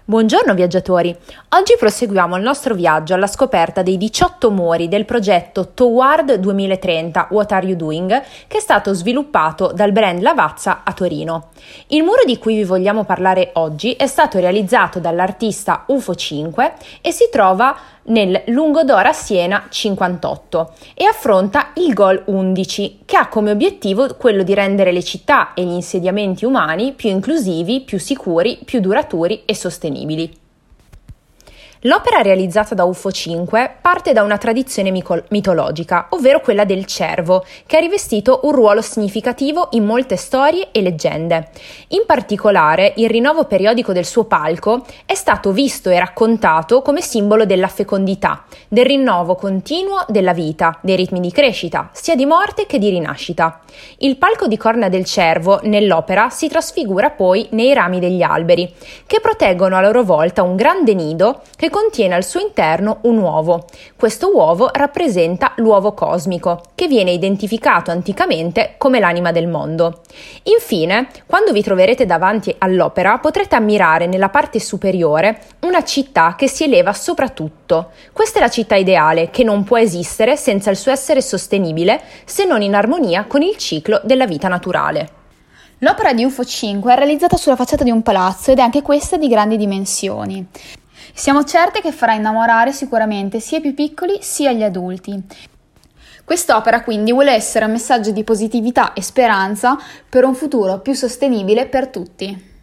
Buongiorno viaggiatori! Oggi proseguiamo il nostro viaggio alla scoperta dei 18 muri del progetto Toward 2030 What Are You Doing, che è stato sviluppato dal brand Lavazza a Torino. Il muro di cui vi vogliamo parlare oggi è stato realizzato dall'artista UFO 5 e si trova nel Lungodora Siena 58 e affronta il Goal 11, che ha come obiettivo quello di rendere le città e gli insediamenti umani più inclusivi, più sicuri, più duraturi e sostenibili. L'opera realizzata da UFO 5 parte da una tradizione mitologica, ovvero quella del cervo, che ha rivestito un ruolo significativo in molte storie e leggende. In particolare, il rinnovo periodico del suo palco è stato visto e raccontato come simbolo della fecondità, del rinnovo continuo della vita, dei ritmi di crescita, sia di morte che di rinascita. Il palco di corna del cervo nell'opera si trasfigura poi nei rami degli alberi, che proteggono a loro volta un grande nido che contiene al suo interno un uovo. Questo uovo rappresenta l'uovo cosmico, che viene identificato anticamente come l'anima del mondo. Infine, quando vi troverete davanti all'opera, potrete ammirare nella parte superiore una città che si eleva sopra tutto. Questa è la città ideale, che non può esistere senza il suo essere sostenibile, se non in armonia con il ciclo della vita naturale. L'opera di UFO 5 è realizzata sulla facciata di un palazzo ed è anche questa di grandi dimensioni. Siamo certe che farà innamorare sicuramente sia i più piccoli sia gli adulti. Quest'opera quindi vuole essere un messaggio di positività e speranza per un futuro più sostenibile per tutti.